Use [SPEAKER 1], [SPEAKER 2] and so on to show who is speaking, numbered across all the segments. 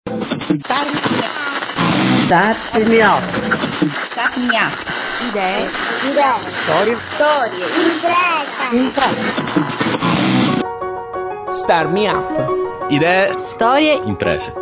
[SPEAKER 1] Start me up. Idee. Storie. Imprese.
[SPEAKER 2] Start me up.
[SPEAKER 3] Idee.
[SPEAKER 1] Storie.
[SPEAKER 3] Imprese.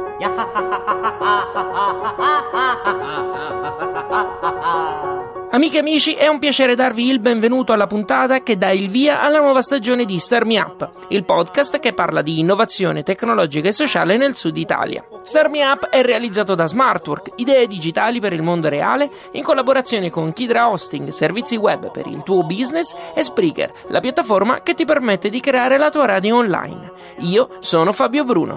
[SPEAKER 2] Amiche e amici, è un piacere darvi il benvenuto alla puntata che dà il via alla nuova stagione di Start Me Up, il podcast che parla di innovazione tecnologica e sociale nel sud Italia. Start Me Up è realizzato da Smartwork, idee digitali per il mondo reale, in collaborazione con Kidra Hosting, servizi web per il tuo business, e Spreaker, la piattaforma che ti permette di creare la tua radio online. Io sono Fabio Bruno.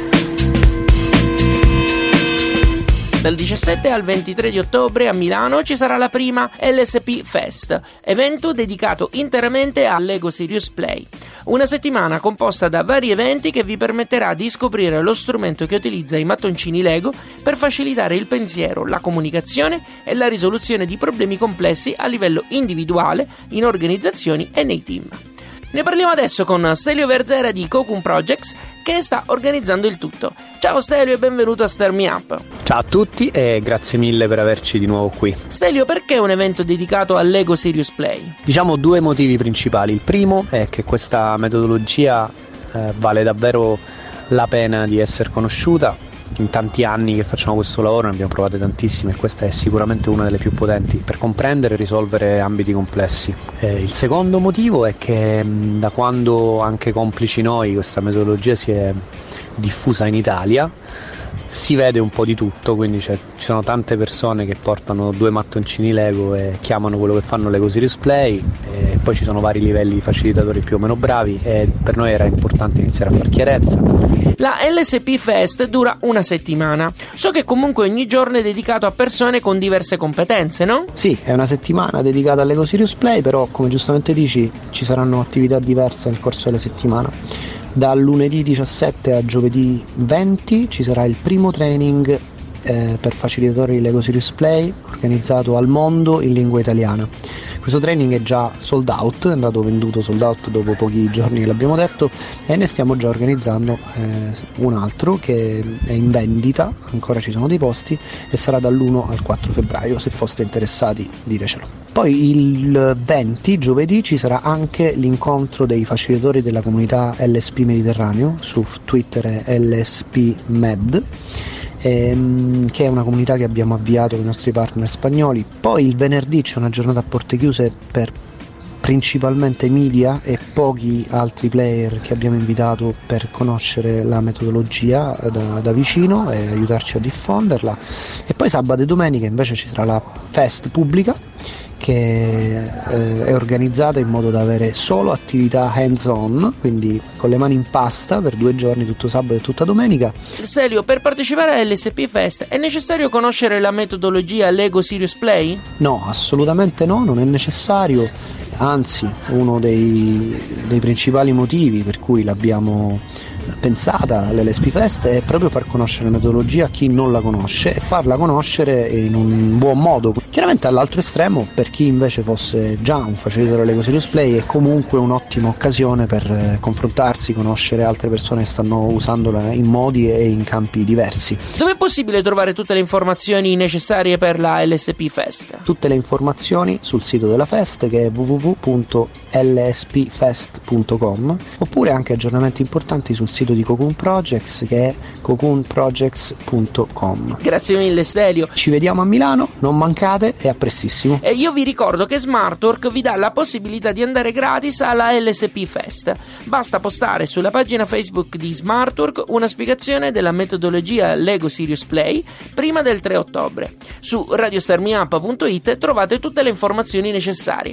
[SPEAKER 2] Dal 17 al 23 di ottobre a Milano ci sarà la prima LSP Fest, evento dedicato interamente a Lego Serious Play. Una settimana composta da vari eventi che vi permetterà di scoprire lo strumento che utilizza i mattoncini Lego per facilitare il pensiero, la comunicazione e la risoluzione di problemi complessi a livello individuale, in organizzazioni e nei team. Ne parliamo adesso con Stelio Verzera di Cocoon Projects, che sta organizzando il tutto. Ciao Stelio e benvenuto a Start Me Up.
[SPEAKER 4] Ciao a tutti e grazie mille per averci di nuovo qui.
[SPEAKER 2] Stelio, perché un evento dedicato al Lego Serious Play?
[SPEAKER 4] Diciamo due motivi principali. Il primo è che questa metodologia vale davvero la pena di essere conosciuta. In tanti anni che facciamo questo lavoro ne abbiamo provate tantissime e questa è sicuramente una delle più potenti per comprendere e risolvere ambiti complessi. Il secondo motivo è che da quando, anche complici noi, questa metodologia si è diffusa in Italia, si vede un po' di tutto, quindi ci sono tante persone che portano due mattoncini Lego e chiamano quello che fanno Lego Serious Play, e poi ci sono vari livelli di facilitatori più o meno bravi e per noi era importante iniziare a far chiarezza.
[SPEAKER 2] La LSP Fest dura una settimana. So che comunque ogni giorno è dedicato a persone con diverse competenze, no?
[SPEAKER 4] Sì, è una settimana dedicata all'Lego Serious Play, però come giustamente dici ci saranno attività diverse nel corso della settimana. Dal lunedì 17 a giovedì 20 ci sarà il primo training per facilitatori di Lego Serious Play organizzato al mondo in lingua italiana. Questo training è già sold out, è andato venduto sold out dopo pochi giorni che l'abbiamo detto, e ne stiamo già organizzando un altro che è in vendita, ancora ci sono dei posti, e sarà dall'1 al 4 febbraio, se foste interessati ditecelo. Poi il 20 giovedì ci sarà anche l'incontro dei facilitatori della comunità LSP Mediterraneo, su Twitter è LSP Med, che è una comunità che abbiamo avviato con i nostri partner spagnoli. Poi il venerdì c'è una giornata a porte chiuse per principalmente media e pochi altri player che abbiamo invitato per conoscere la metodologia da vicino e aiutarci a diffonderla. E poi sabato e domenica invece ci sarà la fest pubblica, che è organizzata in modo da avere solo attività hands-on, quindi con le mani in pasta per 2 giorni, tutto sabato e tutta domenica.
[SPEAKER 2] Stelio, per partecipare all'LSP Fest è necessario conoscere la metodologia Lego Serious Play?
[SPEAKER 4] No, assolutamente no, non è necessario, anzi uno dei principali motivi per cui l'abbiamo pensata l'LSP Fest è proprio far conoscere la metodologia a chi non la conosce e farla conoscere in un buon modo. Chiaramente all'altro estremo, per chi invece fosse già un facilitatore Lego Serious Play, è comunque un'ottima occasione per confrontarsi, conoscere altre persone che stanno usandola in modi e in campi diversi.
[SPEAKER 2] Dove è possibile trovare tutte le informazioni necessarie per la LSP Fest?
[SPEAKER 4] Tutte le informazioni sul sito della Fest, che è www.lspfest.com, oppure anche aggiornamenti importanti sul sito di Cocoon Projects, che è cocoonprojects.com.
[SPEAKER 2] Grazie mille Stelio.
[SPEAKER 4] Ci vediamo a Milano, non mancate, e a prestissimo.
[SPEAKER 2] E io vi ricordo che Smartwork vi dà la possibilità di andare gratis alla LSP Fest. Basta postare sulla pagina Facebook di Smartwork una spiegazione della metodologia Lego Serious Play prima del 3 ottobre. Su radiostarmeup.it trovate tutte le informazioni necessarie.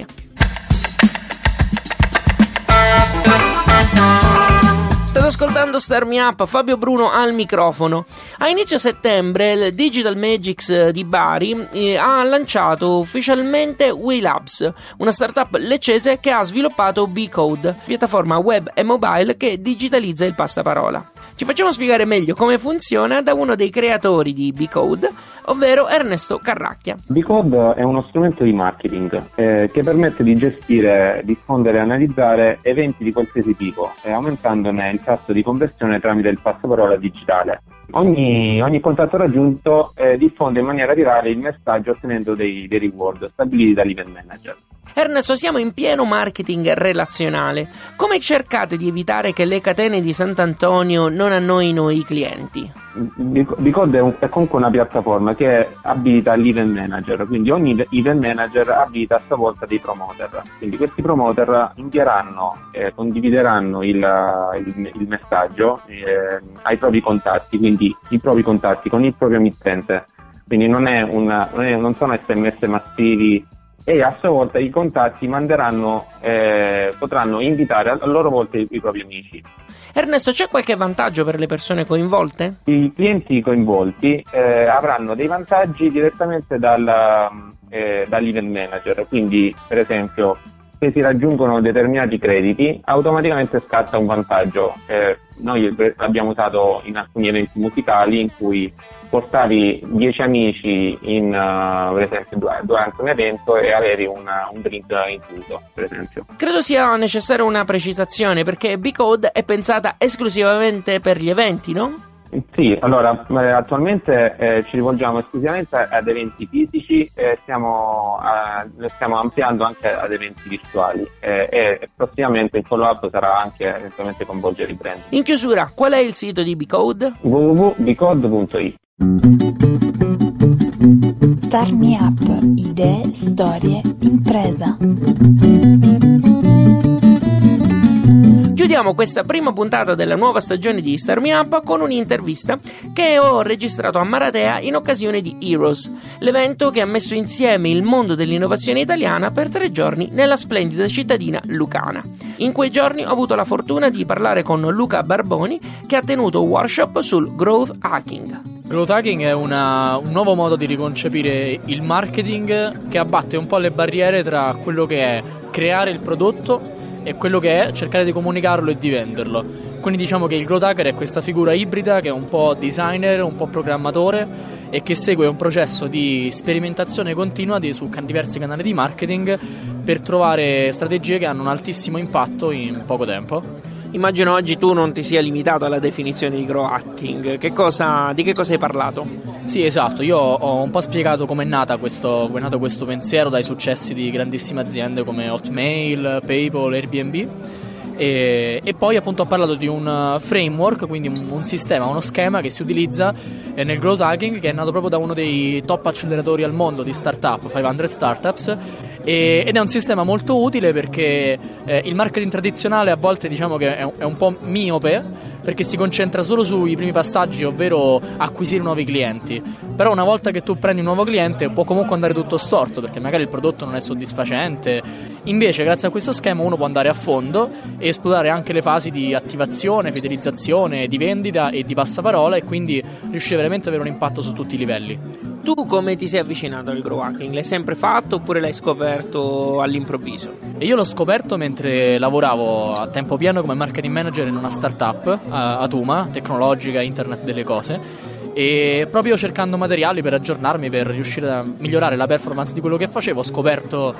[SPEAKER 2] State ascoltando Start Me Up, Fabio Bruno al microfono. A inizio settembre il Digital Magics di Bari ha lanciato ufficialmente WeLabs, una startup leccese che ha sviluppato B-Code, piattaforma web e mobile che digitalizza il passaparola. Ci facciamo spiegare meglio come funziona da uno dei creatori di B-Code, ovvero Ernesto Carracchia.
[SPEAKER 5] B-Code è uno strumento di marketing che permette di gestire, diffondere e analizzare eventi di qualsiasi tipo, aumentandone il tasso di conversione tramite il passaparola digitale. ogni contatto raggiunto diffonde in maniera virale il messaggio ottenendo dei reward stabiliti dall'event manager.
[SPEAKER 2] Ernesto, siamo in pieno marketing relazionale. Come cercate di evitare che le catene di Sant'Antonio non annoino i clienti?
[SPEAKER 5] Bcode è comunque una piattaforma che abilita l'event manager, quindi ogni event manager abilita a sua volta dei promoter, quindi questi promoter invieranno, condivideranno il messaggio ai propri contatti, quindi i propri contatti con il proprio emittente, quindi non sono SMS massivi, e a sua volta i contatti potranno invitare a loro volta i propri amici.
[SPEAKER 2] Ernesto, c'è qualche vantaggio per le persone coinvolte?
[SPEAKER 5] I clienti coinvolti avranno dei vantaggi direttamente dall'event manager, quindi per esempio se si raggiungono determinati crediti automaticamente scatta un vantaggio. Noi l'abbiamo usato in alcuni eventi musicali in cui portavi 10 amici per esempio durante un evento e avevi un drink incluso, per esempio.
[SPEAKER 2] Credo sia necessaria una precisazione, perché Bcode è pensata esclusivamente per gli eventi, no?
[SPEAKER 5] Sì, allora attualmente ci rivolgiamo esclusivamente ad eventi fisici e stiamo ampliando anche ad eventi virtuali e prossimamente il follow-up sarà anche eventualmente coinvolgere i brand.
[SPEAKER 2] In chiusura, qual è il sito di Bcode?
[SPEAKER 5] www.bcode.it.
[SPEAKER 1] Start Me Up, idee, storie, impresa.
[SPEAKER 2] Chiudiamo questa prima puntata della nuova stagione di Start Me Up con un'intervista che ho registrato a Maratea in occasione di Heroes, l'evento che ha messo insieme il mondo dell'innovazione italiana per 3 giorni nella splendida cittadina lucana. In quei giorni ho avuto la fortuna di parlare con Luca Barboni, che ha tenuto un workshop sul growth hacking.
[SPEAKER 3] Growth hacking è un nuovo modo di riconcepire il marketing che abbatte un po' le barriere tra quello che è creare il prodotto e quello che è cercare di comunicarlo e di venderlo. Quindi diciamo che il growth hacker è questa figura ibrida che è un po' designer, un po' programmatore e che segue un processo di sperimentazione continua su diversi canali di marketing per trovare strategie che hanno un altissimo impatto in poco tempo.
[SPEAKER 2] Immagino oggi tu non ti sia limitato alla definizione di growth hacking. Di che cosa hai parlato?
[SPEAKER 3] Sì, esatto, io ho un po' spiegato come è nato questo pensiero dai successi di grandissime aziende come Hotmail, PayPal, Airbnb e poi appunto ho parlato di un framework, quindi un sistema, uno schema che si utilizza nel growth hacking, che è nato proprio da uno dei top acceleratori al mondo di startup, 500 Startups, ed è un sistema molto utile perché il marketing tradizionale a volte diciamo che è un po' miope, perché si concentra solo sui primi passaggi, ovvero acquisire nuovi clienti. Però una volta che tu prendi un nuovo cliente può comunque andare tutto storto, perché magari il prodotto non è soddisfacente. Invece grazie a questo schema uno può andare a fondo e esplorare anche le fasi di attivazione, fidelizzazione, di vendita e di passaparola, e quindi riuscire veramente ad avere un impatto su tutti i livelli.
[SPEAKER 2] Tu come ti sei avvicinato al growth hacking? L'hai sempre fatto oppure l'hai scoperto all'improvviso?
[SPEAKER 3] E io l'ho scoperto mentre lavoravo a tempo pieno come marketing manager in una startup a Tuma, tecnologica, internet delle cose, e proprio cercando materiali per aggiornarmi, per riuscire a migliorare la performance di quello che facevo, ho scoperto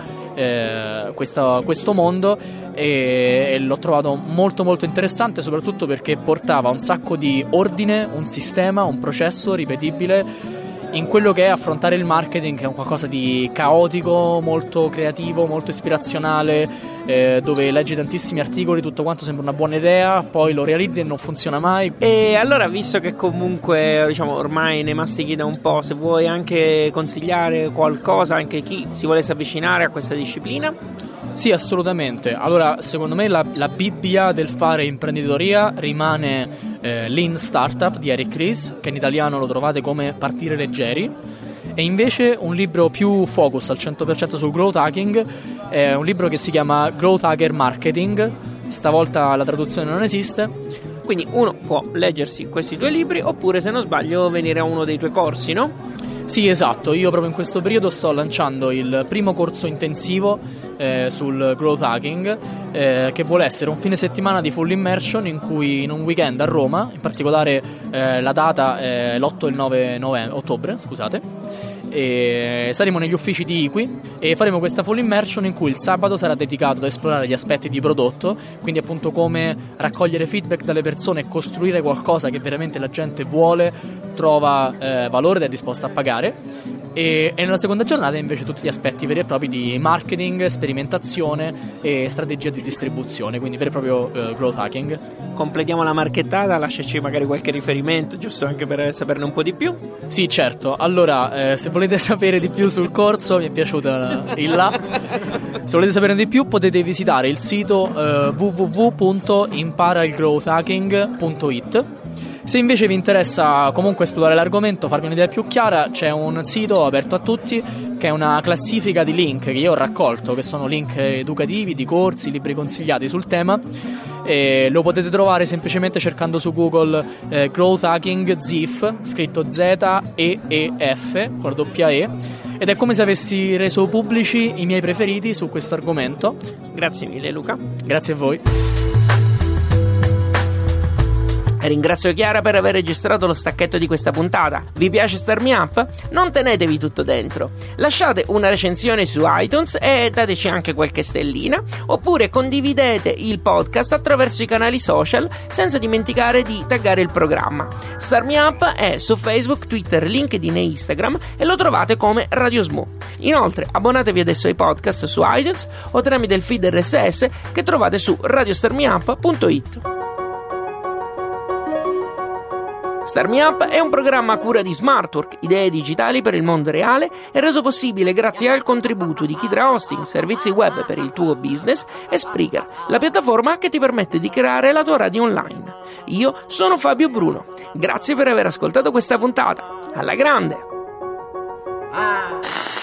[SPEAKER 3] questo mondo e l'ho trovato molto molto interessante, soprattutto perché portava un sacco di ordine, un sistema, un processo ripetibile in quello che è affrontare il marketing, che è un qualcosa di caotico, molto creativo, molto ispirazionale, dove leggi tantissimi articoli, tutto quanto sembra una buona idea, poi lo realizzi e non funziona mai.
[SPEAKER 2] E allora, visto che comunque diciamo ormai ne mastichi da un po', se vuoi anche consigliare qualcosa anche chi si volesse avvicinare a questa disciplina?
[SPEAKER 3] Sì, assolutamente. Allora, secondo me la Bibbia del fare imprenditoria rimane Lean Startup di Eric Ries, che in italiano lo trovate come Partire leggeri, e invece un libro più focus al 100% sul growth hacking è un libro che si chiama Growth Hacker Marketing. Stavolta la traduzione non esiste.
[SPEAKER 2] Quindi uno può leggersi questi 2 libri oppure, se non sbaglio, venire a uno dei tuoi corsi, no?
[SPEAKER 3] Sì, esatto, io proprio in questo periodo sto lanciando il primo corso intensivo sul growth hacking, che vuole essere un fine settimana di full immersion in cui in un weekend a Roma, in particolare la data è l'8 e il 9 ottobre, scusate, e saremo negli uffici di Iqui e faremo questa full immersion in cui il sabato sarà dedicato ad esplorare gli aspetti di prodotto, quindi appunto come raccogliere feedback dalle persone e costruire qualcosa che veramente la gente vuole, trova valore ed è disposta a pagare. E nella seconda giornata invece tutti gli aspetti veri e propri di marketing, sperimentazione e strategia di distribuzione, quindi vero e proprio growth hacking.
[SPEAKER 2] Completiamo la marchettata, lasciaci magari qualche riferimento, giusto anche per saperne un po' di più.
[SPEAKER 3] Sì, certo. Allora, se volete sapere di più sul corso, mi è piaciuta il là. Se volete sapere di più potete visitare il sito www.imparailgrowthhacking.it. Se invece vi interessa comunque esplorare l'argomento, farvi un'idea più chiara, c'è un sito aperto a tutti che è una classifica di link che io ho raccolto, che sono link educativi, di corsi, libri consigliati sul tema, e lo potete trovare semplicemente cercando su Google Growth Hacking ZEEF, scritto Z-E-E-F con la doppia E, ed è come se avessi reso pubblici i miei preferiti su questo argomento.
[SPEAKER 2] Grazie mille Luca.
[SPEAKER 3] Grazie a voi.
[SPEAKER 2] Ringrazio Chiara per aver registrato lo stacchetto di questa puntata. Vi piace Start Me Up? Non tenetevi tutto dentro. Lasciate una recensione su iTunes e dateci anche qualche stellina, oppure condividete il podcast attraverso i canali social senza dimenticare di taggare il programma. Start Me Up è su Facebook, Twitter, LinkedIn e Instagram e lo trovate come Radio Smo. Inoltre abbonatevi adesso ai podcast su iTunes o tramite il feed RSS che trovate su radiostarmeup.it. Start Me Up è un programma a cura di Smartwork, idee digitali per il mondo reale, e reso possibile grazie al contributo di Kidra Hosting, servizi web per il tuo business, e Spreaker, la piattaforma che ti permette di creare la tua radio online. Io sono Fabio Bruno. Grazie per aver ascoltato questa puntata. Alla grande!